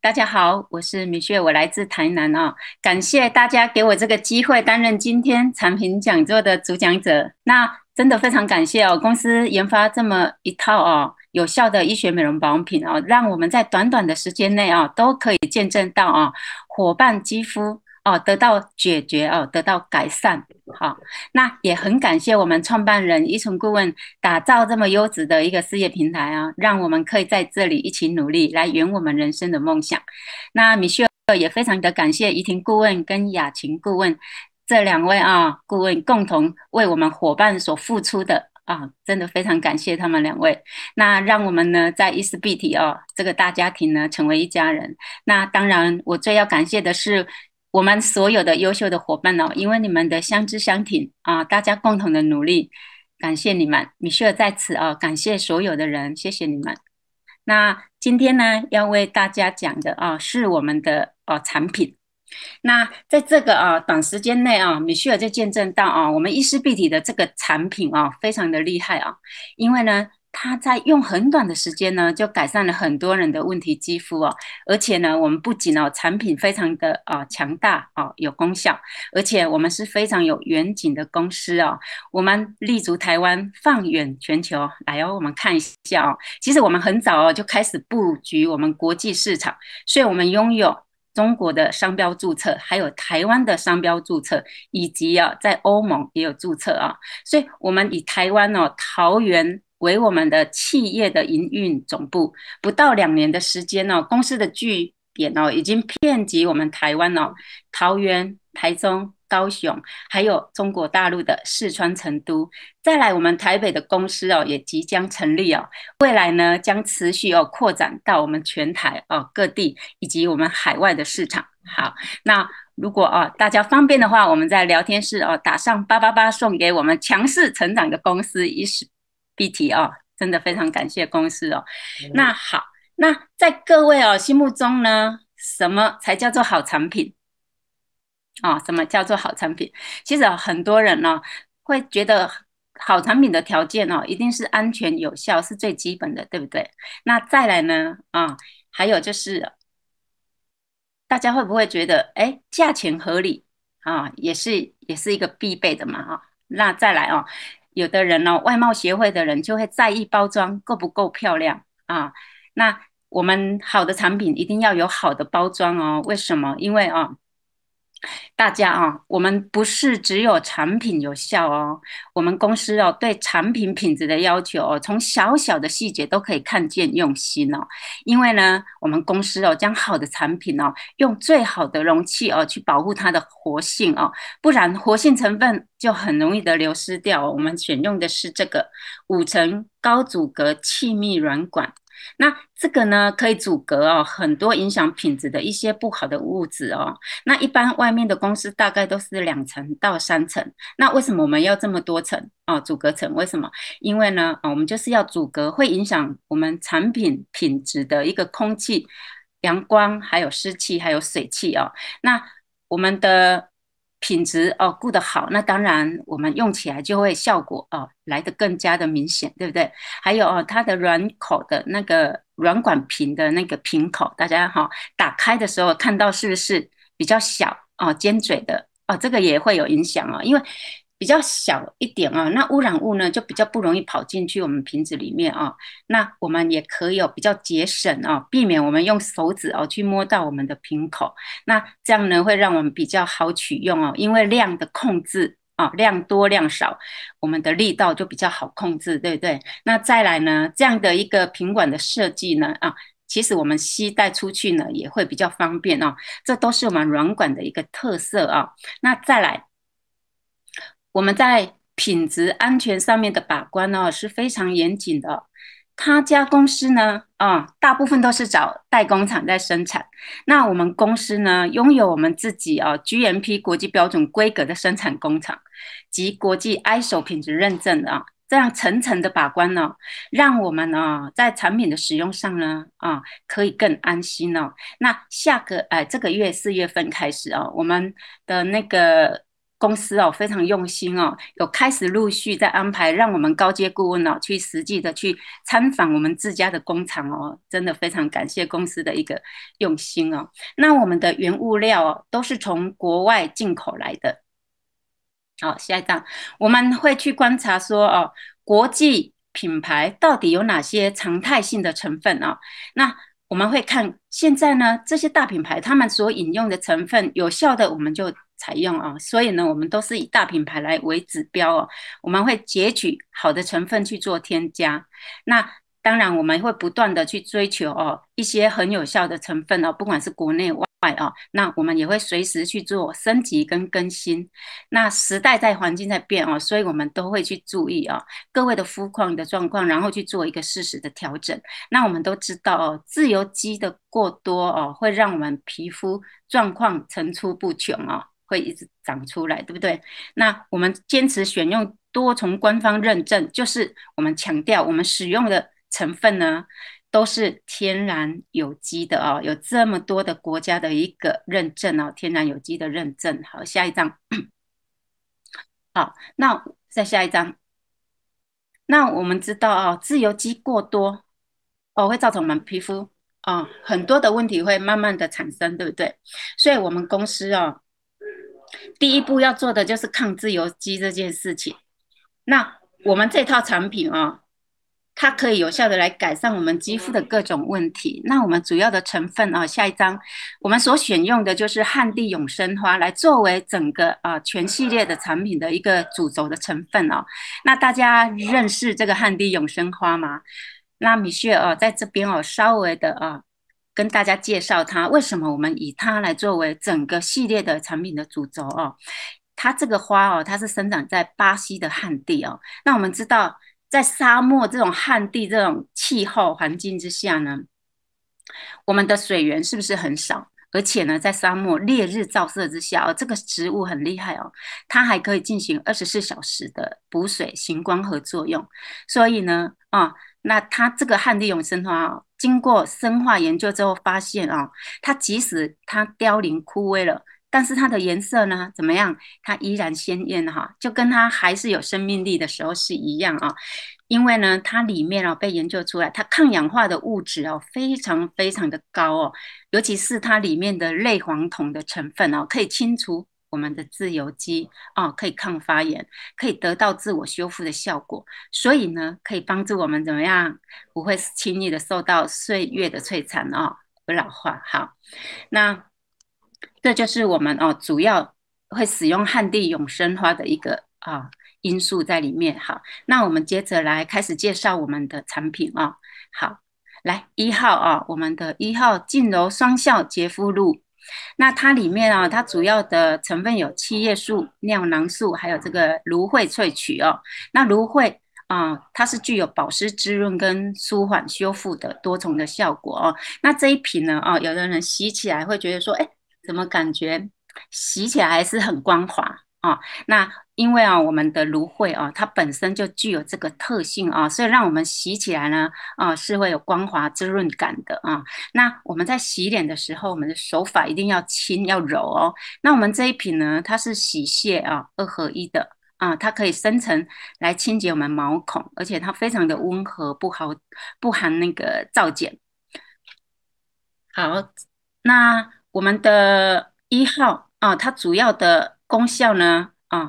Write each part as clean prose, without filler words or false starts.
大家好，我是米雪，我来自台南哦。感谢大家给我这个机会担任今天产品讲座的主讲者。那真的非常感谢哦，公司研发这么一套有效的医学美容保养品哦，让我们在短短的时间内都可以见证到伙伴肌肤得到解决得到改善。好，那也很感谢我们创办人依纯顾问打造这么优质的一个事业平台让我们可以在这里一起努力来圆我们人生的梦想。那米歇尔也非常的感谢怡婷顾问跟雅琴顾问这两位顾问共同为我们伙伴所付出的真的非常感谢他们两位。那让我们呢在伊思碧体这个大家庭呢成为一家人。那当然，我最要感谢的是我们所有的优秀的伙伴因为你们的相知相挺大家共同的努力，感谢你们。米歇尔在此感谢所有的人，谢谢你们。那今天呢，要为大家讲的是我们的产品。那在这个短时间内米歇尔就见证到我们伊思碧体的这个产品非常的厉害因为呢，它在用很短的时间呢，就改善了很多人的问题肌肤而且呢，我们不仅产品非常的强大有功效，而且我们是非常有远景的公司我们立足台湾，放眼全球。来我们看一下其实我们很早就开始布局我们国际市场，所以我们拥有中国的商标注册，还有台湾的商标注册，以及在欧盟也有注册所以我们以台湾桃园为我们的企业的营运总部，不到2年的时间公司的据点已经遍及我们台湾桃园、台中、高雄，还有中国大陆的四川成都。再来我们台北的公司也即将成立未来呢将持续扩展到我们全台各地以及我们海外的市场。好，那如果大家方便的话，我们在聊天室打上888送给我们强势成长的公司伊思碧体真的非常感谢公司那好，那在各位心目中呢，什么才叫做好产品什么叫做好产品？其实很多人呢会觉得好产品的条件一定是安全有效，是最基本的，对不对？那再来呢还有就是大家会不会觉得，哎，价钱合理也是一个必备的嘛那再来有的人外貌协会的人就会在意包装够不够漂亮那我们好的产品一定要有好的包装为什么？因为大家我们不是只有产品有效我们公司对产品品质的要求从小小的细节都可以看见用心因为呢，我们公司将好的产品用最好的容器去保护它的活性不然活性成分就很容易的流失掉我们选用的是这个5层高阻隔气密软管。那这个呢，可以阻隔很多影响品质的一些不好的物质那一般外面的公司大概都是2层到3层，那为什么我们要这么多层阻隔层？为什么？因为呢我们就是要阻隔会影响我们产品品质的一个空气、阳光、还有湿气、还有水汽那我们的品质顾得好，那当然我们用起来就会效果来得更加的明显，对不对？还有它的软口的那个软管瓶的那个瓶口，大家打开的时候看到是不是比较小尖嘴的这个也会有影响因为比较小一点那污染物呢就比较不容易跑进去我们瓶子里面那我们也可以比较节省避免我们用手指去摸到我们的瓶口，那这样呢会让我们比较好取用因为量的控制量多量少，我们的力道就比较好控制，对不对？那再来呢，这样的一个品管的设计呢其实我们携带出去呢也会比较方便这都是我们软管的一个特色那再来，我们在品质安全上面的把关是非常严谨的他家公司呢大部分都是找代工厂在生产，那我们公司呢拥有我们自己GMP 国际标准规格的生产工厂及国际 ISO 品质认证的这样层层的把关让我们在产品的使用上呢可以更安心那这个月4月份开始我们的那个公司哦非常用心哦，有开始陆续在安排，让我们高阶顾问哦去实际的去参访我们自家的工厂哦，真的非常感谢公司的一个用心哦。那我们的原物料哦都是从国外进口来的。好，下一章我们会去观察说哦，国际品牌到底有哪些常态性的成分啊、那我们会看现在呢，这些大品牌他们所引用的成分有效的，我们就采用啊。所以呢，我们都是以大品牌来为指标哦。我们会截取好的成分去做添加。那当然，我们会不断的去追求哦一些很有效的成分哦，不管是国内外啊，那我们也会随时去做升级跟更新。那时代在环境在变哦，所以我们都会去注意啊各位的肤况的状况，然后去做一个适时的调整。那我们都知道哦，自由基的过多哦，会让我们皮肤状况层出不穷哦，会一直长出来，对不对？那我们坚持选用多重官方认证，就是我们强调我们使用的成分呢。都是天然有机的哦，有这么多的国家的一个认证哦，天然有机的认证。好，下一张。好，那再下一张。那我们知道哦，自由基过多哦，会造成我们皮肤很多的问题会慢慢的产生，对不对？所以我们公司哦，第一步要做的就是抗自由基这件事情。那我们这套产品哦，它可以有效的来改善我们肌肤的各种问题。那我们主要的成分啊，下一章我们所选用的就是旱地永生花来作为整个全系列的产品的一个主轴的成分哦。那大家认识这个旱地永生花吗？那米歇尔在这边稍微的跟大家介绍它为什么我们以它来作为整个系列的产品的主轴哦。它这个花哦，它是生长在巴西的旱地哦。那我们知道，在沙漠这种旱地这种气候环境之下呢，我们的水源是不是很少？而且呢，在沙漠烈日照射之下哦，这个植物很厉害哦，它还可以进行24小时的补水、行光合作用。所以呢，那它这个旱地永生花哦，经过生化研究之后发现哦，它即使它凋零枯萎了，但是它的颜色呢，怎么样？它依然鲜艳哈，就跟它还是有生命力的时候是一样啊。因为呢，它里面被研究出来，它抗氧化的物质非常非常的高哦，尤其是它里面的类黄酮的成分可以清除我们的自由基可以抗发炎，可以得到自我修复的效果，所以呢，可以帮助我们怎么样，不会轻易的受到岁月的摧残而老化。好，那这就是我们主要会使用旱地永生花的一个因素在里面。好，那我们接着来开始介绍我们的产品好，来1号我们的1号净柔双效洁肤露。那它里面它主要的成分有七叶素、尿囊素，还有这个芦荟萃取哦。那芦荟它是具有保湿、滋润跟舒缓修复的多重的效果哦。那这一瓶呢有的人洗起来会觉得说，哎，怎么感觉洗起来还是很光滑那因为我们的芦荟它本身就具有这个特性所以让我们洗起来呢是会有光滑滋润感的那我们在洗脸的时候，我们的手法一定要轻要柔哦。那我们这一瓶呢，它是洗卸2合1的它可以深层来清洁我们毛孔，而且它非常的温和，不含那个皂碱。好，那我们的1号它主要的功效呢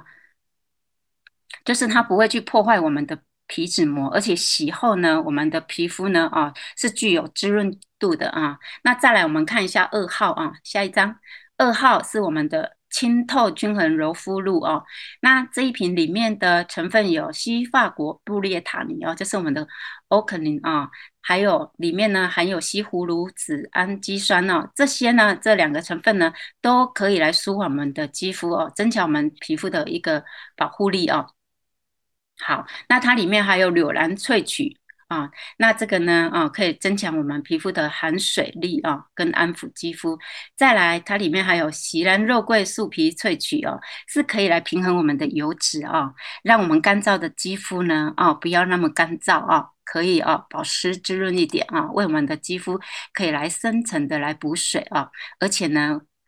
就是它不会去破坏我们的皮脂膜，而且洗后呢，我们的皮肤呢是具有滋润度的那再来我们看一下2号下一张，2号是我们的清透均衡柔肤露那这一瓶里面的成分有西法国布列塔尼就是我们的欧肯林还有里面呢含有西葫芦籽氨基酸这些呢这两个成分呢都可以来舒缓我们的肌肤增强我们皮肤的一个保护力好，那它里面还有柳兰萃取那这个呢可以增强我们皮肤的含水力跟安抚肌肤。再来，它里面还有席兰肉桂树皮萃取是可以来平衡我们的油脂让我们干燥的肌肤呢不要那么干燥可以保湿滋润一点为我们的肌肤可以来深层的来补水而且呢。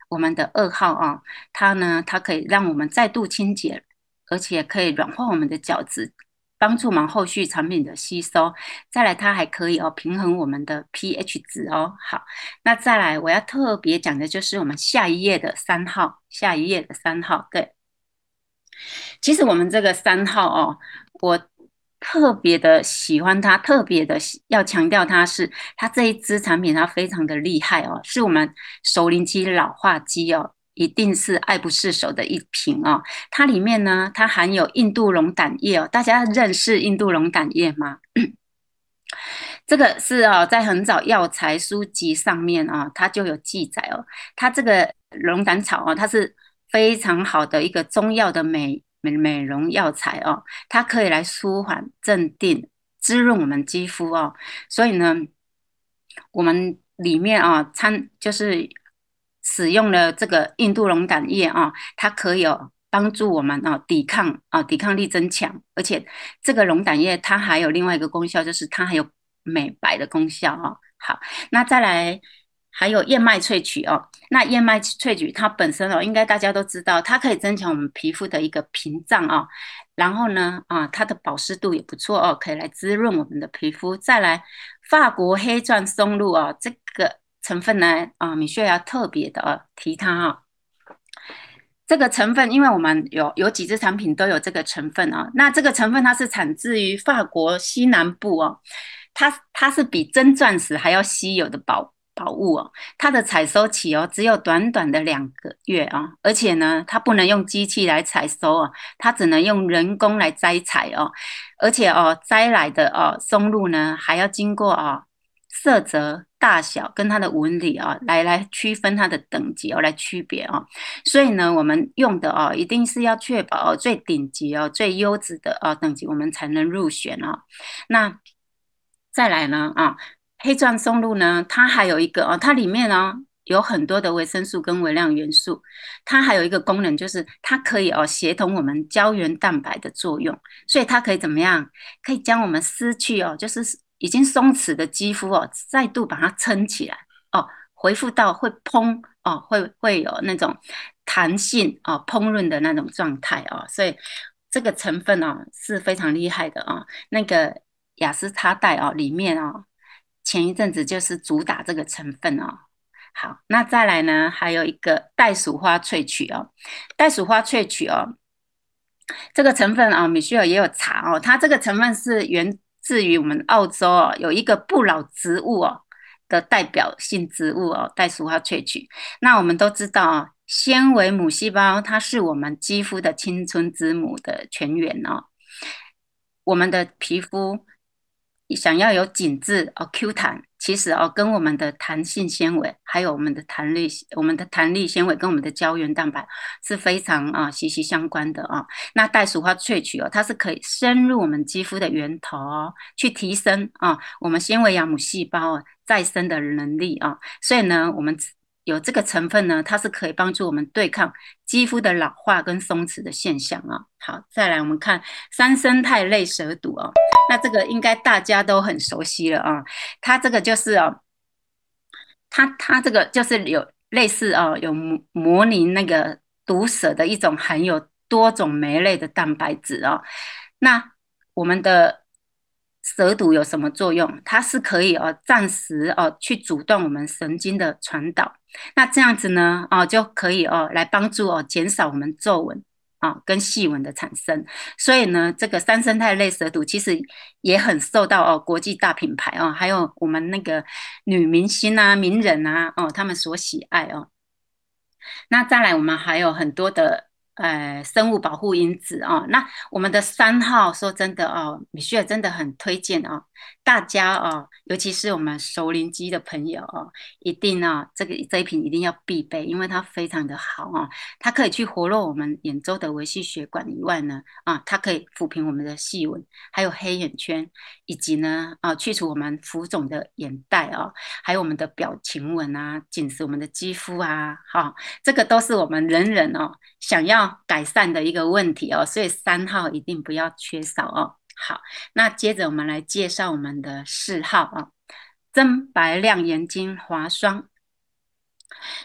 我们的2号啊，它可以让我们再度清洁，而且可以软化我们的角质，帮助我们后续产品的吸收。再来，它还可以平衡我们的 pH 值哦。好，那再来我要特别讲的就是我们下一页的3号，下一页的三号，对。其实我们这个3号哦，我特别的喜欢它，特别的要强调它是它这一支产品它非常的厉害哦，是我们熟龄肌老化肌哦，一定是爱不释手的一瓶哦。它里面呢，它含有印度龙胆叶哦，大家认识印度龙胆叶吗？这个是在很早药材书籍上面它就有记载哦。它这个龙胆草它是非常好的一个中药的美容药材哦，它可以来舒缓、镇定、滋润我们肌肤哦。所以呢，我们里面就是使用了这个印度龙胆叶它可以帮助我们抵抗力增强，而且这个龙胆叶它还有另外一个功效，就是它还有美白的功效哦。好，那再来还有燕麦萃取哦。那燕麦萃取它本身应该大家都知道，它可以增强我们皮肤的一个屏障哦。然后呢它的保湿度也不错哦，可以来滋润我们的皮肤。再来，法国黑钻松露这个成分呢米雪要特别的提它这个成分，因为我们有几支产品都有这个成分那这个成分它是产自于法国西南部它是比真钻石还要稀有的宝物它的采收期只有短短的2个月而且呢，它不能用机器来采收它只能用人工来摘采而且摘来的松露呢，还要经过色泽、大小跟它的纹理来区分它的等级来区别所以呢，我们用的一定是要确保最顶级最优质的等级，我们才能入选那再来呢黑钻松露呢，它还有一个它里面有很多的维生素跟微量元素，它还有一个功能就是它可以协同我们胶原蛋白的作用，所以它可以怎么样？可以将我们失去就是已经松弛的肌肤再度把它撑起来恢复到会蓬会有那种弹性烹饪的那种状态所以这个成分是非常厉害的那个雅诗他黛里面前一阵子就是主打这个成分好，那再来呢，还有一个袋鼠花萃取袋鼠花萃取这个成分米歇尔也有查它这个成分是源自于我们澳洲有一个不老植物的代表性植物袋鼠花萃取。那我们都知道纤维母细胞它是我们肌肤的青春之母的泉源我们的皮肤想要有紧致Q 弹，其实跟我们的弹性纤维，还有我们的弹力纤维跟我们的胶原蛋白是非常息息相关的那袋鼠花萃取它是可以深入我们肌肤的源头去提升我们纤维亚母细胞再生的能力所以呢，我们有这个成分呢，它是可以帮助我们对抗肌肤的老化跟松弛的现象好，再来我们看三生态类蛇毒那这个应该大家都很熟悉了它这个就是它这个就是有类似有模拟那个毒蛇的一种含有多种酶类的蛋白质那我们的蛇毒有什么作用？它是可以暂时去阻断我们神经的传导，那这样子呢就可以来帮助减少我们皱纹跟细纹的产生。所以呢，这个三生态类蛇毒其实也很受到国际大品牌还有我们那个女明星名人他们所喜爱那再来，我们还有很多的生物保护因子那我们的3号，说真的米歇尔真的很推荐大家尤其是我们熟龄肌的朋友一定这一瓶一定要必备，因为它非常的好它可以去活络我们眼周的微细血管以外呢它可以抚平我们的细纹，还有黑眼圈，以及呢去除我们浮肿的眼袋还有我们的表情纹紧实我们的肌肤这个都是我们人人想要改善的一个问题所以3号一定不要缺少好，那接着我们来介绍我们的4号真白亮眼睛滑霜。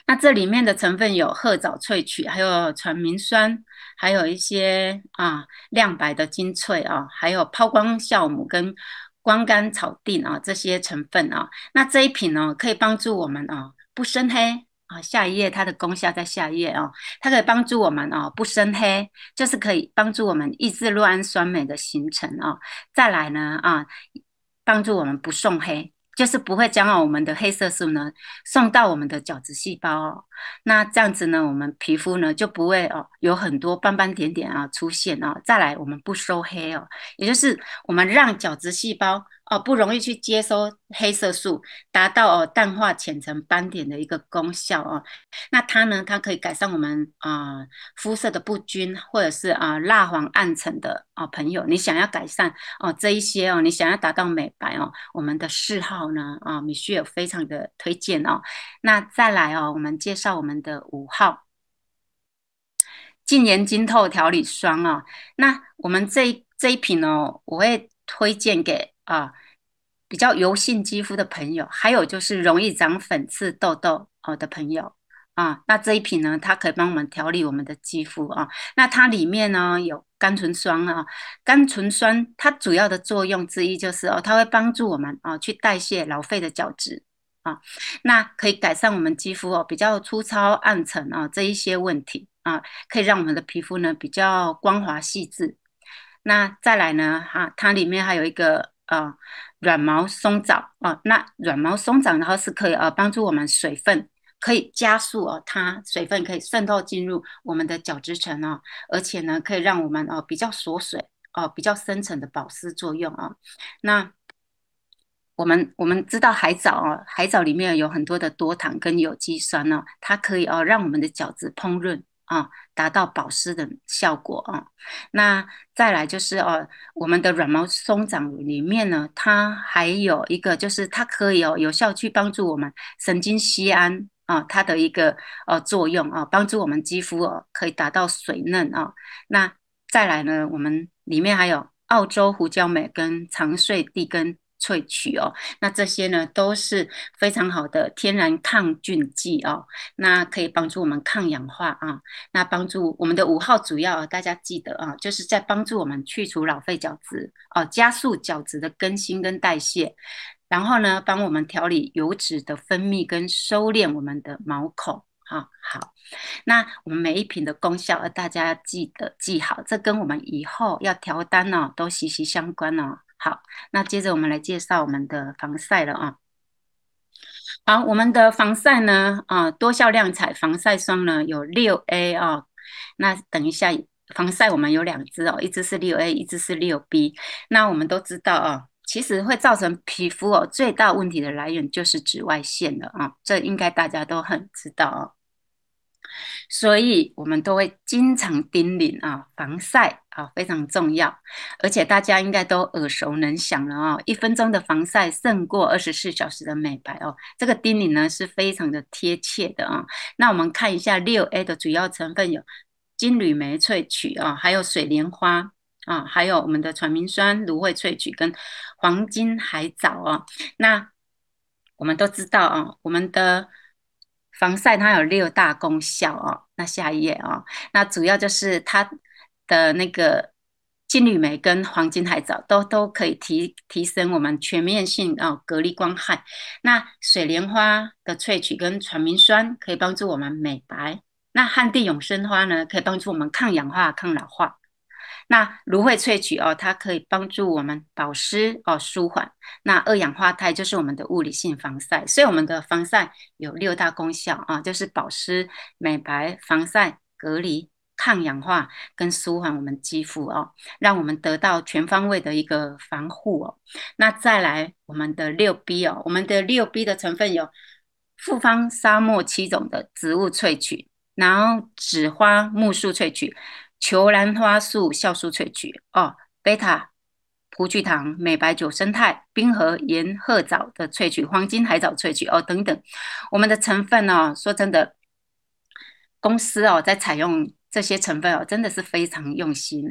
那这里面的成分有褐藻萃取，还有传明酸，还有一些亮白的精粹啊，还有抛光酵母跟光甘草定啊这些成分啊。那这一瓶呢，可以帮助我们不生黑啊。下一页它的功效在下一页啊，它可以帮助我们不生黑，就是可以帮助我们抑制酪氨酸酶的形成啊。再来呢帮助我们不送黑。就是不会将我们的黑色素呢送到我们的角质细胞哦，那这样子呢，我们皮肤呢就不会有很多斑斑点点出现再来，我们不收黑也就是我们让角质细胞不容易去接收黑色素，达到淡化浅层斑点的一个功效那它呢，它可以改善我们肤色的不均，或者是蜡黄暗沉的朋友，你想要改善这一些你想要达到美白我们的4号呢米歇尔非常的推荐那再来我们介绍我们的5号净颜晶透调理霜那我们这一瓶我会推荐给比较油性肌肤的朋友，还有就是容易长粉刺、痘痘的朋友那这一瓶呢，它可以帮我们调理我们的肌肤那它里面呢有甘醇酸甘醇酸它主要的作用之一就是它会帮助我们去代谢老废的角质那可以改善我们肌肤比较粗糙、暗沉这一些问题可以让我们的皮肤呢比较光滑细致。那再来呢它里面还有一个软毛松藻那软毛松藻然后是可以帮助我们水分。可以加速它水分可以渗透进入我们的角质层而且呢，可以让我们比较锁水比较深层的保湿作用那我们知道海藻海藻里面有很多的多糖跟有机酸它可以让我们的角质烹饪达到保湿的效果那再来就是我们的软毛松藻里面呢，它还有一个就是它可以有效去帮助我们神经酰胺它的一个作用帮助我们肌肤可以达到水嫩那再来呢，我们里面还有澳洲胡椒酶跟长穗地根萃取那这些呢都是非常好的天然抗菌剂那可以帮助我们抗氧化那帮助我们的5号主要大家记得就是在帮助我们去除老废角质加速角质的更新跟代谢，然后呢帮我们调理油脂的分泌跟收敛我们的毛孔好。那我们每一瓶的功效，大家记得记好，这跟我们以后要调单都息息相关好，那接着我们来介绍我们的防晒了好，我们的防晒呢多效亮彩防晒霜呢有6A那等一下防晒我们有2支一支是6A，一支是6B。那我们都知道其实会造成皮肤最大问题的来源就是紫外线了这应该大家都很知道所以我们都会经常叮咛防晒非常重要，而且大家应该都耳熟能详了1分钟的防晒胜过24小时的美白这个叮咛呢是非常的贴切的那我们看一下6A 的主要成分有金缕梅萃取还有水莲花还有我们的传明酸、芦荟萃取跟黄金海藻那我们都知道我们的防晒它有6大功效那下一页那主要就是它的那个金缕梅跟黄金海藻都可以提升我们全面性隔离光害。那水莲花的萃取跟传明酸可以帮助我们美白。那旱地永生花呢，可以帮助我们抗氧化、抗老化。那芦荟萃取它可以帮助我们保湿舒缓。那二氧化钛就是我们的物理性防晒，所以我们的防晒有6大功效就是保湿、美白、防晒、隔离、抗氧化跟舒缓我们肌肤让我们得到全方位的一个防护那再来我们的6B 我们的6B 的成分有复方沙漠7种的植物萃取，然后紫花木素萃取。球兰花素酵素萃取贝塔葡聚糖、美白酒生态、冰河盐褐藻的萃取、黄金海藻萃取等等。我们的成分说真的，公司在采用这些成分真的是非常用心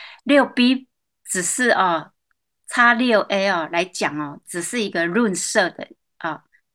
6B 只是X6A来讲只是一个润色的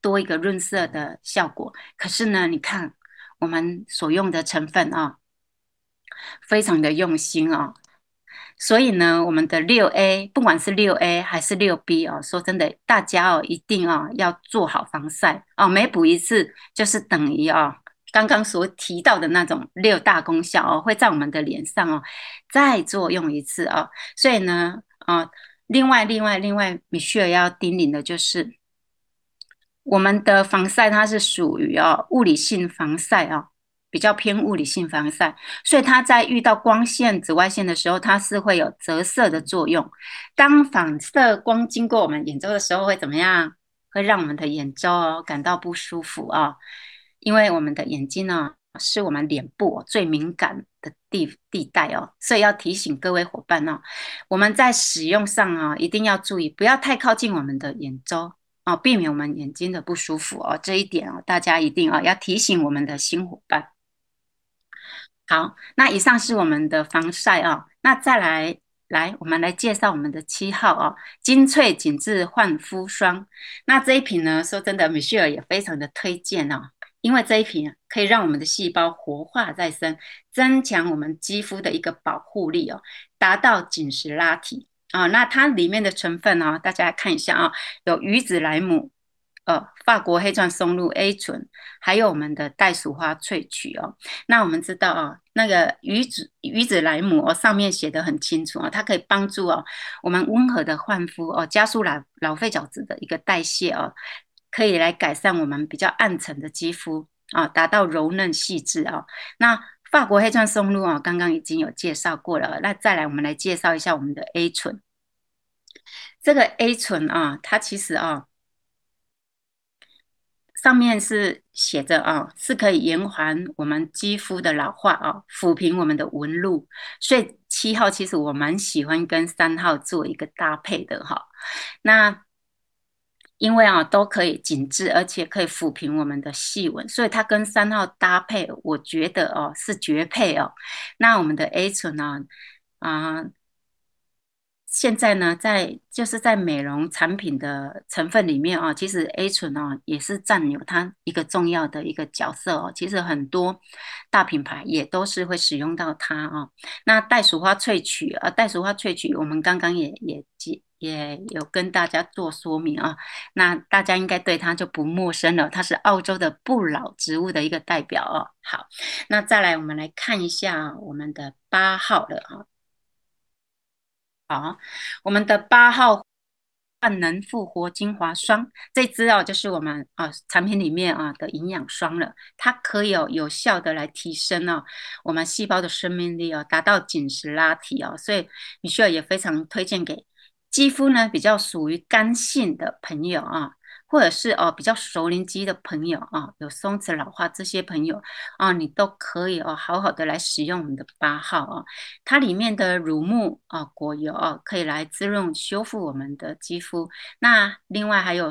多一个润色的效果。可是呢，你看我们所用的成分啊，非常的用心哦。所以呢，我们的6A，不管是6A 还是6B 哦，说真的，大家哦一定哦要做好防晒哦，每补一次就是等于哦刚刚所提到的那种6大功效哦，会在我们的脸上哦再作用一次哦。所以呢，另外，米歇尔要叮咛的就是。我们的防晒它是属于物理性防晒比较偏物理性防晒，所以它在遇到光线、紫外线的时候，它是会有折射的作用。当反射光经过我们眼周的时候，会怎么样？会让我们的眼周感到不舒服因为我们的眼睛呢是我们脸部最敏感的地带所以要提醒各位伙伴我们在使用上一定要注意，不要太靠近我们的眼周。避免我们眼睛的不舒服这一点大家一定要提醒我们的新伙伴。好，那以上是我们的防晒那再来，我们来介绍我们的7号精粹紧致焕肤霜。那这一瓶呢，说真的，米歇尔也非常的推荐因为这一瓶可以让我们的细胞活化再生，增强我们肌肤的一个保护力达到紧实拉提那它里面的成分大家来看一下有鱼子莱姆。法国黑钻松露 A 醇，还有我们的袋鼠花萃取那我们知道那个鱼子莱姆上面写的很清楚它可以帮助我们温和的焕肤加速老废角质的一个代谢可以来改善我们比较暗沉的肌肤达到柔嫩细致那法国黑钻松露刚刚已经有介绍过了，那再来我们来介绍一下我们的 A 醇。这个 A 醇它其实上面是写着是可以延缓我们肌肤的老化抚平我们的纹路，所以7号其实我蛮喜欢跟3号做一个搭配的那因为都可以紧致，而且可以抚平我们的细纹，所以它跟3号搭配，我觉得是绝配那我们的 A 醇呢啊、现在呢，在美容产品的成分里面其实 A 醇也是占有它一个重要的一个角色其实很多大品牌也都是会使用到它那袋鼠花萃取，我们刚刚也有跟大家做说明那大家应该对它就不陌生了，它是澳洲的不老植物的一个代表好，那再来我们来看一下我们的8号了好，我们的8号万能复活精华霜，这支就是我们产品里面的营养霜了，它可以有效的来提升我们细胞的生命力达到紧实拉提所以米歇尔也非常推荐给肌肤呢比较属于干性的朋友或者是比较熟龄肌的朋友有松弛老化这些朋友你都可以好好的来使用我们的8号它里面的乳木果油可以来滋润修复我们的肌肤。那另外还有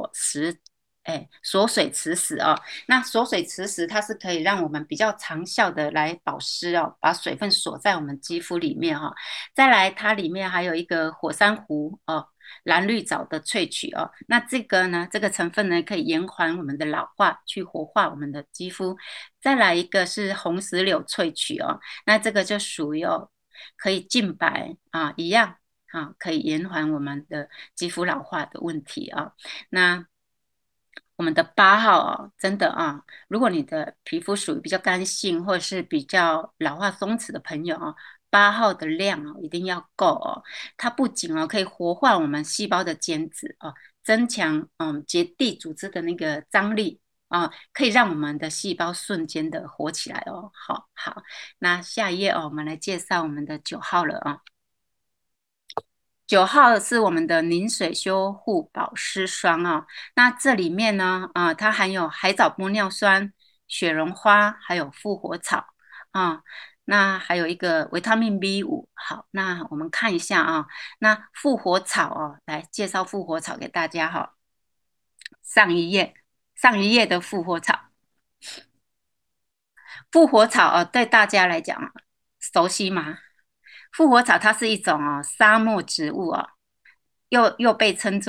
锁水磁石那锁水磁石它是可以让我们比较长效的来保湿把水分锁在我们肌肤里面再来，它里面还有一个火山湖蓝绿藻的萃取那这个呢，这个成分呢可以延缓我们的老化，去活化我们的肌肤。再来一个是红石榴萃取那这个就属于可以净白一样可以延缓我们的肌肤老化的问题那我们的8号真的如果你的皮肤属于比较干性或者是比较老化松弛的朋友8号的量一定要够它不仅可以活化我们细胞的间质增强结缔组织的那个张力可以让我们的细胞瞬间的活起来好，那下一页我们来介绍我们的9号了9号是我们的凝水修护保湿霜那这里面呢它含有海藻玻尿酸、雪绒花，还有复活草那还有一个维他命 B5。好，那我们看一下那复活草来介绍复活草给大家上一页的复活草，复活草对大家来讲熟悉吗？复活草它是一种沙漠植物又被称作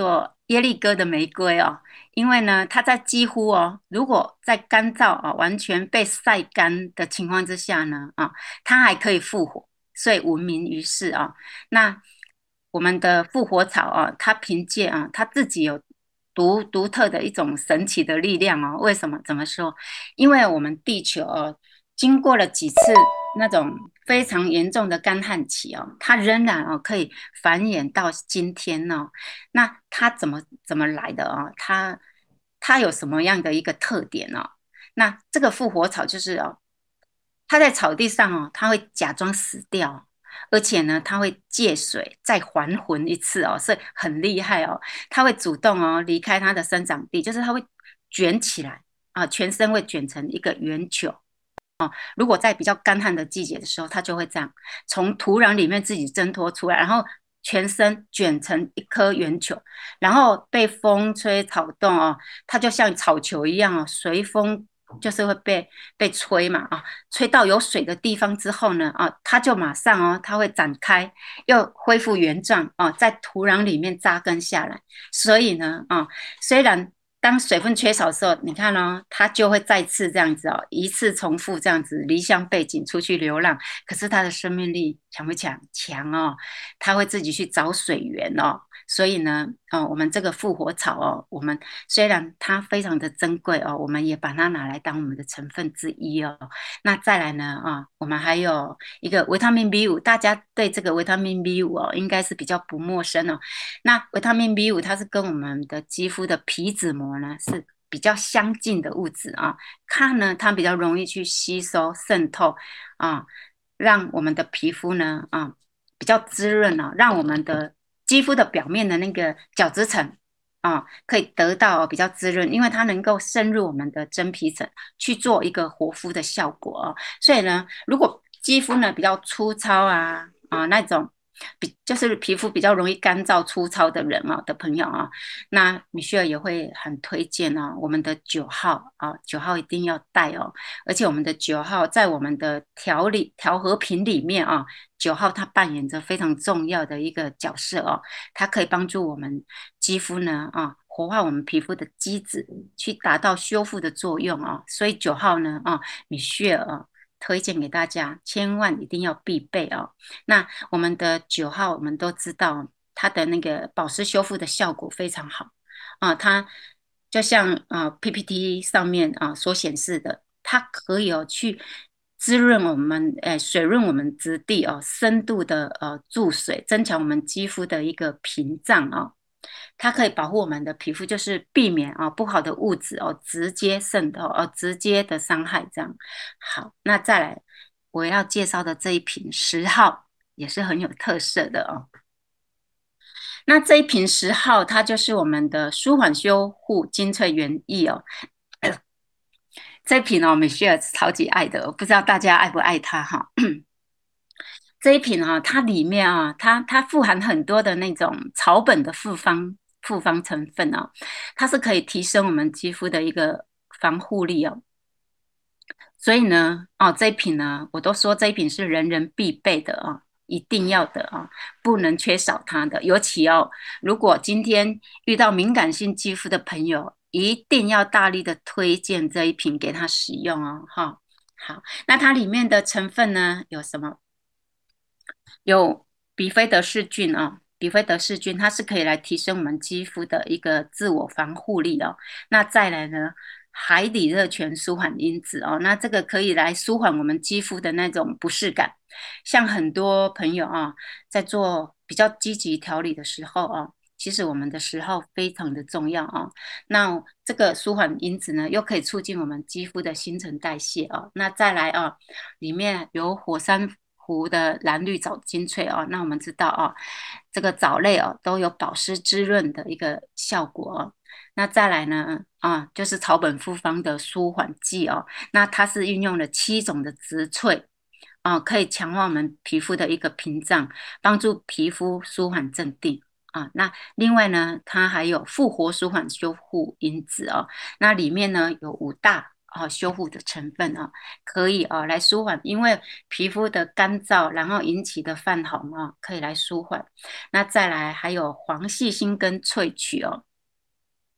耶利哥的玫瑰哦，因为呢，它在几乎哦，如果在干燥啊、完全被晒干的情况之下呢，它还可以复活，所以闻名于世啊。那我们的复活草啊，它凭借它自己有独特的一种神奇的力量哦。为什么？怎么说？因为我们地球哦，经过了几次那种非常严重的干旱期哦，它仍然可以繁衍到今天哦。那它怎么来的啊？它有什么样的一个特点呢？那这个复活草就是它在草地上它会假装死掉，而且呢，它会借水再还魂一次哦，所以很厉害哦。它会主动离开它的生长地，就是它会卷起来全身会卷成一个圆球。如果在比较干旱的季节的时候，它就会这样从土壤里面自己挣脱出来，然后全身卷成一颗圆球，然后被风吹草动它就像草球一样随风就是会被吹嘛吹到有水的地方之后呢它就马上它会展开，又恢复原状在土壤里面扎根下来。所以呢虽然当水分缺少的时候，你看它就会再次这样子一次重复这样子离乡背井出去流浪。可是它的生命力强不强？强它会自己去找水源所以呢，我们这个复活草我们虽然它非常的珍贵我们也把它拿来当我们的成分之一那再来呢我们还有一个维他命 B5，大家对这个维他命 B5应该是比较不陌生那维他命 B5它是跟我们的肌肤的皮脂膜呢是比较相近的物质它比较容易去吸收渗透啊，让我们的皮肤呢比较滋润让我们的肌肤的表面的那个角质层可以得到比较滋润，因为它能够渗入我们的真皮层去做一个活肤的效果所以呢，如果肌肤呢比较粗糙那种就是皮肤比较容易干燥粗糙的人的朋友那米歇尔也会很推荐我们的9号9号一定要带而且我们的9号在我们的调和品里面9号它扮演着非常重要的一个角色它可以帮助我们肌肤呢活化我们皮肤的基质，去达到修复的作用所以9号呢米歇尔推荐给大家，千万一定要必备那我们的9号，我们都知道它的那个保湿修复的效果非常好它就像PPT 上面所显示的，它可以去滋润我们水润我们质地深度的注水，增强我们肌肤的一个屏障它可以保护我们的皮肤，就是避免不好的物质直接渗透直接的伤害这样。好，那再来我要介绍的这一瓶10号也是很有特色的那这一瓶10号它就是我们的舒缓修护精粹原液这一瓶米歇尔超级爱的，我不知道大家爱不爱它这一瓶它里面它富含很多的那种草本的复方成分它是可以提升我们肌肤的一个防护力所以呢这一瓶呢，我都说这一瓶是人人必备的一定要的不能缺少它的。尤其如果今天遇到敏感性肌肤的朋友，一定要大力的推荐这一瓶给他使用好，那它里面的成分呢有什么？有比菲德氏菌比菲德氏菌它是可以来提升我们肌肤的一个自我防护力那再来呢，海底热泉舒缓因子那这个可以来舒缓我们肌肤的那种不适感。像很多朋友在做比较积极调理的时候其实我们的10号非常的重要那这个舒缓因子呢，又可以促进我们肌肤的新陈代谢那再来里面有火山湖的蓝绿藻精粹那我们知道这个藻类都有保湿滋润的一个效果那再来呢就是草本复方的舒缓剂那它是运用了7种的植萃可以强化我们皮肤的一个屏障，帮助皮肤舒缓镇定那另外呢，它还有复活舒缓修护因子那里面呢有5大修护的成分可以来舒缓，因为皮肤的干燥，然后引起的泛红可以来舒缓。那再来还有黄细心根萃取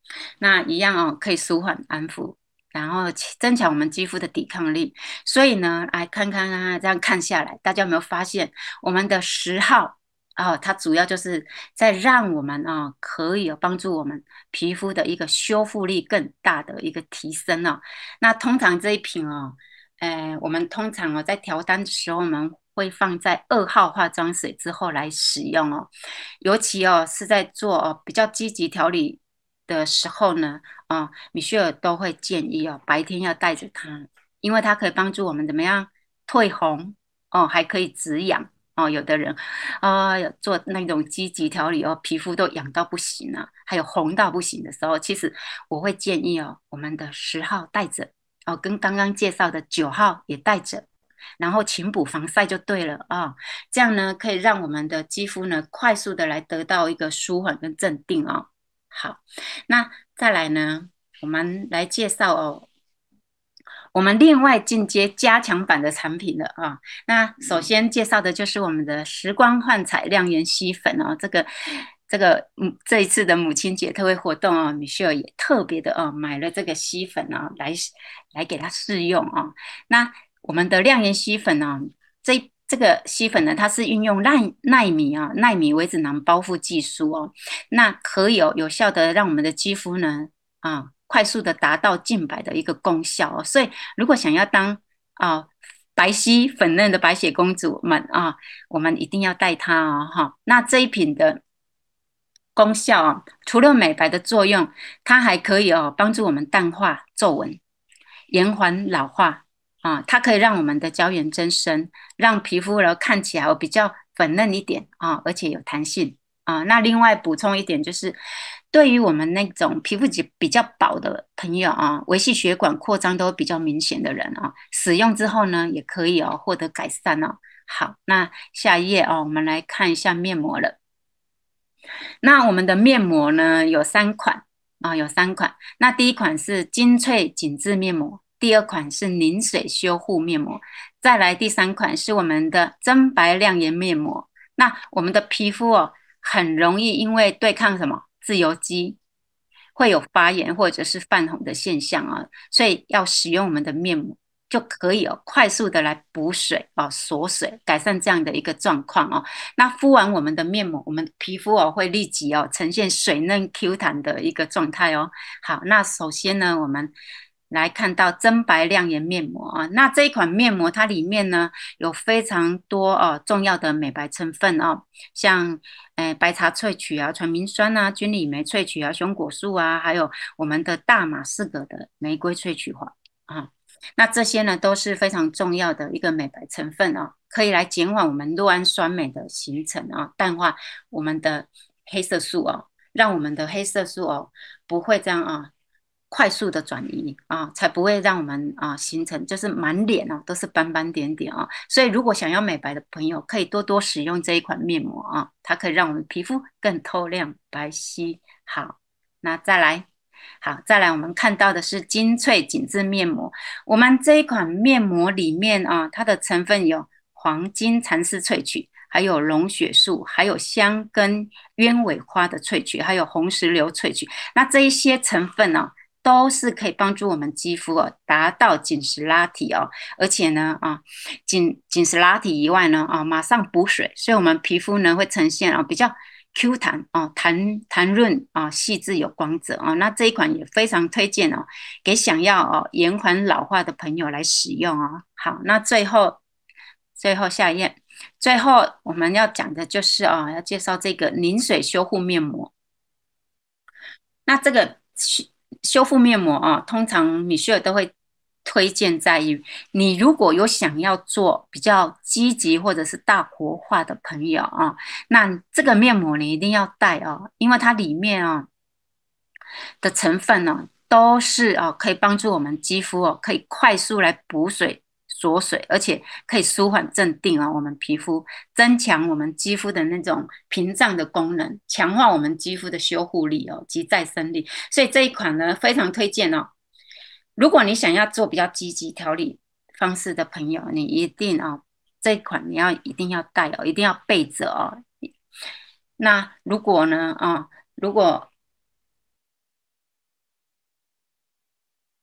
那一样哦，可以舒缓安抚，然后增强我们肌肤的抵抗力。所以呢，来看看啊，这样看下来，大家有没有发现我们的10号哦，它主要就是在让我们可以帮助我们皮肤的一个修复力更大的一个提升哦。那通常这一瓶哦，我们通常在调单的时候，我们会放在2号化妆水之后来使用哦。尤其是在做比较积极调理的时候呢，米歇尔都会建议白天要带着它，因为它可以帮助我们怎么样退红还可以止痒有的人做那种积极调理皮肤都痒到不行了，还有红到不行的时候，其实我会建议我们的10号带着跟刚刚介绍的9号也带着。然后勤补防晒就对了这样呢可以让我们的肌肤呢快速的来得到一个舒缓跟镇定好，那再来呢，我们来介绍我们另外进阶加强版的产品了那首先介绍的就是我们的时光焕彩亮颜吸粉这一次的母亲节特惠活动米歇尔也特别的买了这个吸粉来给它试用那我们的亮颜吸粉这个吸粉呢，它是运用纳米微子囊包覆技术那可以有效的让我们的肌肤呢快速的达到净白的一个功效所以如果想要当白皙粉嫩的白雪公主们我们一定要带它那这一瓶的功效除了美白的作用，它还可以帮助我们淡化皱纹，延缓老化它可以让我们的胶原增生，让皮肤呢看起来比较粉嫩一点而且有弹性那另外补充一点就是，对于我们那种皮肤比较薄的朋友微细血管扩张都比较明显的人使用之后呢，也可以获得改善好，那下一页我们来看一下面膜了。那我们的面膜呢有3款有3款。那第一款是精粹紧致面膜，第二款是凝水修护面膜，再来第3款是我们的增白亮颜面膜。那我们的皮肤很容易因为对抗什么自由基，会有发炎或者是泛红的现象所以要使用我们的面膜。就可以快速的来补水锁水，改善这样的一个状况那敷完我们的面膜，我们的皮肤会立即呈现水嫩 Q 弹的一个状态好，那首先呢，我们来看到增白亮颜面膜那这一款面膜它里面呢有非常多重要的美白成分像白茶萃取传明酸菌里酶萃取熊果素还有我们的大马士革的玫瑰萃取华那这些呢都是非常重要的一个美白成分可以来减缓我们酪氨酸酶的形成淡化我们的黑色素让我们的黑色素不会这样快速的转移才不会让我们形成就是满脸都是斑斑点点所以如果想要美白的朋友，可以多多使用这一款面膜它可以让我们皮肤更透亮白皙。好，那再来。好，再来我们看到的是精粹紧致面膜。我们这一款面膜里面它的成分有黄金蚕丝萃取，还有龙血素，还有香根鸢尾花的萃取，还有红石榴萃取。那这一些成分都是可以帮助我们肌肤达到紧实拉提而且呢紧实拉提以外呢马上补水，所以我们皮肤呢会呈现比较 Q 弹弹润细致有光泽那这一款也非常推荐给想要延缓老化的朋友来使用好，那最后下一页，最后我们要讲的就是要介绍这个凝水修护面膜。那这个修复面膜通常米歇尔都会推荐在于你如果有想要做比较积极或者是大活化的朋友那这个面膜你一定要带因为它里面的成分都是可以帮助我们肌肤可以快速来补水锁水，而且可以舒缓镇定我们皮肤，增强我们肌肤的那种屏障的功能，强化我们肌肤的修护力及再生力。所以这一款呢非常推荐如果你想要做比较积极调理方式的朋友，你一定这一款你一定要带一定要备着那如果呢如果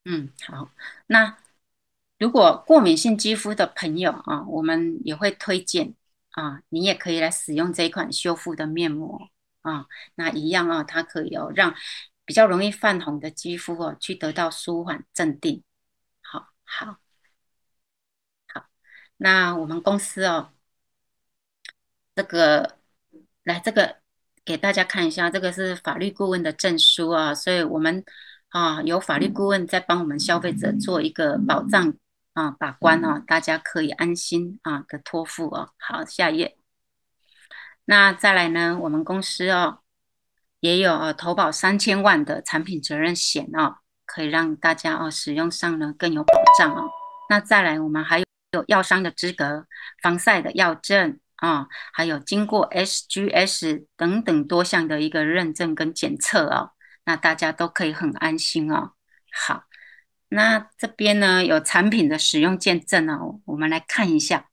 嗯，好。那如果过敏性肌肤的朋友啊，我们也会推荐啊，你也可以来使用这一款修复的面膜啊。那一样啊，它可以让比较容易泛红的肌肤去得到舒缓镇定。好，好，好。那我们公司这个来这个给大家看一下，这个是法律顾问的证书啊，所以我们有法律顾问在帮我们消费者做一个保障把关大家可以安心的托付好，下一页。那再来呢，我们公司也有投保3000万的产品责任险可以让大家使用上呢更有保障那再来，我们还有药商的资格、防晒的药证还有经过 SGS 等等多项的一个认证跟检测那大家都可以很安心好，那这边呢有产品的使用见证我们来看一下。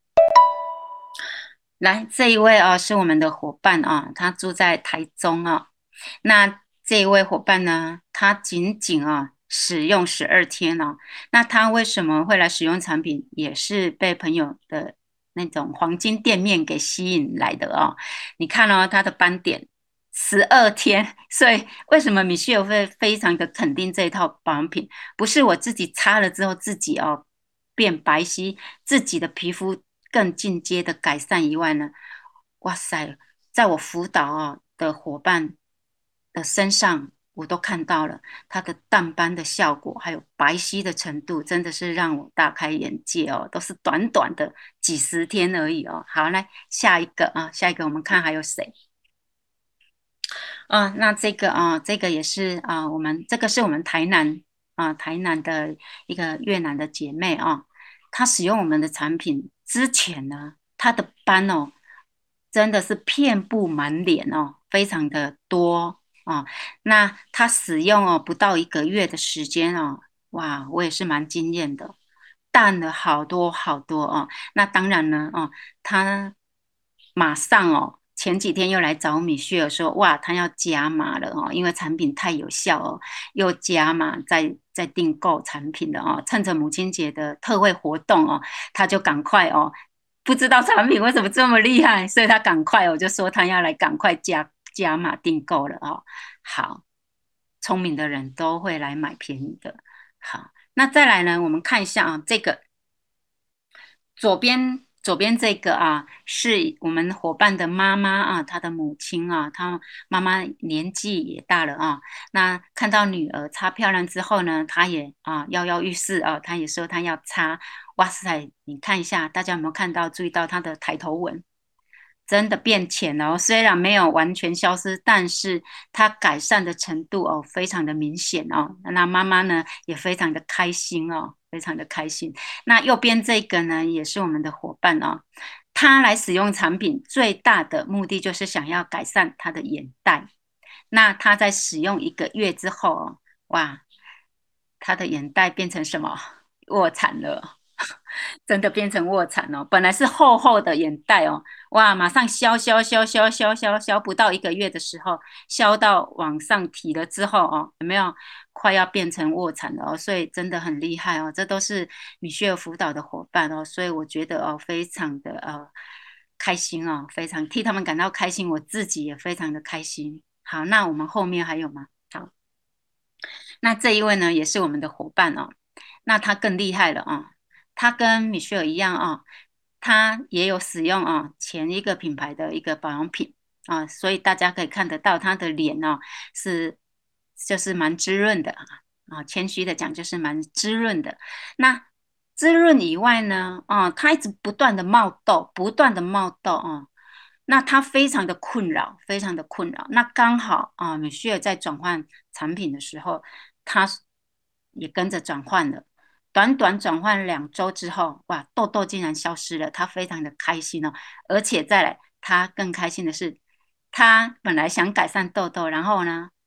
来，这一位是我们的伙伴他住在台中那这一位伙伴呢，他仅仅使用12天那他为什么会来使用产品？也是被朋友的那种黄金店面给吸引来的你看他的斑点12天，所以为什么米歇尔会非常的肯定这一套保养品？不是我自己擦了之后自己变白皙，自己的皮肤更进阶的改善以外呢，哇塞，在我辅导的伙伴的身上，我都看到了它的淡斑的效果，还有白皙的程度，真的是让我大开眼界都是短短的几十天而已好，来下一个下一个我们看还有谁？那这个也是我们这个是我们台南的一个越南的姐妹她使用我们的产品之前呢，她的斑真的是遍布满脸非常的多那她使用不到1个月的时间哇，我也是蛮惊艳的，淡了好多好多那当然呢她马上前几天又来找米歇尔说，哇，他要加码了因为产品太有效又加码再订购产品了趁着母亲节的特惠活动他就赶快不知道产品为什么这么厉害，所以他赶快就说他要来赶快加码订购了好，聪明的人都会来买便宜的。好，那再来呢，我们看一下这个。左边这个是我们伙伴的妈妈她的母亲她妈妈年纪也大了那看到女儿擦漂亮之后呢，她也跃跃欲试她也说她要擦，哇塞，你看一下，大家有没有看到注意到她的抬头纹？真的变浅了虽然没有完全消失，但是它改善的程度非常的明显那妈妈呢也非常的开心非常的开心。那右边这个呢也是我们的伙伴他来使用产品最大的目的就是想要改善他的眼袋。那他在使用1个月之后哇，他的眼袋变成什么？卧蚕了。真的变成卧蚕本来是厚厚的眼袋哇，马上消，不到1个月的时候，消到往上提了之后有没有快要变成卧蚕了所以真的很厉害这都是米歇尔辅导的伙伴所以我觉得非常的开心非常替他们感到开心，我自己也非常的开心。好，那我们后面还有吗？好，那这一位呢，也是我们的伙伴那他更厉害了他跟米歇尔一样他也有使用前一个品牌的一个保养品所以大家可以看得到他的脸是就是蛮滋润的谦虚的讲就是蛮滋润的。那滋润以外呢他一直不断的冒痘，不断的冒痘那他非常的困扰，非常的困扰。那刚好米歇尔在转换产品的时候，他也跟着转换了。短短转换2周之后，哇，痘痘竟然消失了，他非常的开心而且再来，他更开心的是，他本来想改善痘痘，然后呢，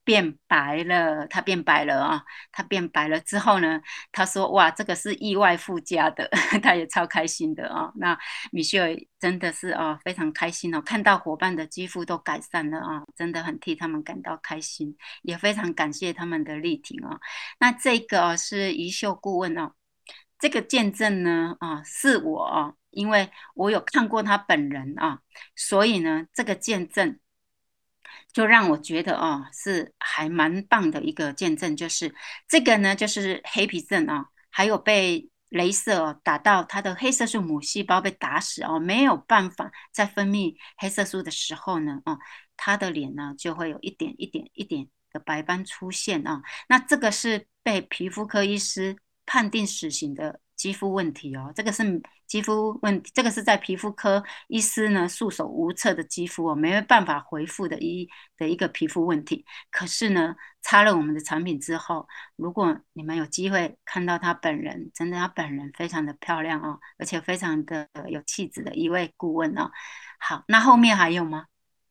变白了，他变白了啊，他变白了之后呢，他说哇，这个是意外附加的，他也超开心的啊。那米歇尔真的是啊非常开心哦，看到伙伴的肌肤都改善了啊，真的很替他们感到开心，也非常感谢他们的力挺哦。那这个哦是宜秀顾问哦，这个见证呢是我哦，因为我有看过他本人啊，所以呢这个见证就让我觉得哦，是还蛮棒的一个见证，就是这个呢，就是黑皮症啊，还有被镭射打到他的黑色素母细胞被打死哦，没有办法在分泌黑色素的时候呢，他的脸呢就会有一点一点一点的白斑出现啊。那这个是被皮肤科医师判定死刑的肌肤问题哦，这个是肌肤问题，这个是在皮肤科医师呢束手无策的肌肤哦，没办法回复的一个皮肤问题。可是呢，擦了我们的产品之后，如果你们有机会看到她本人，真的她本人非常的漂亮哦，而且非常的有气质的一位顾问哦。好，那后面还有吗？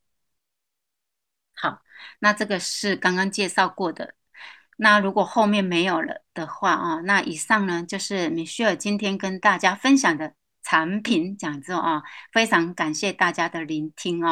好，那这个是刚刚介绍过的。那如果后面没有了的话啊，那以上呢就是米歇尔今天跟大家分享的产品讲座啊，非常感谢大家的聆听啊。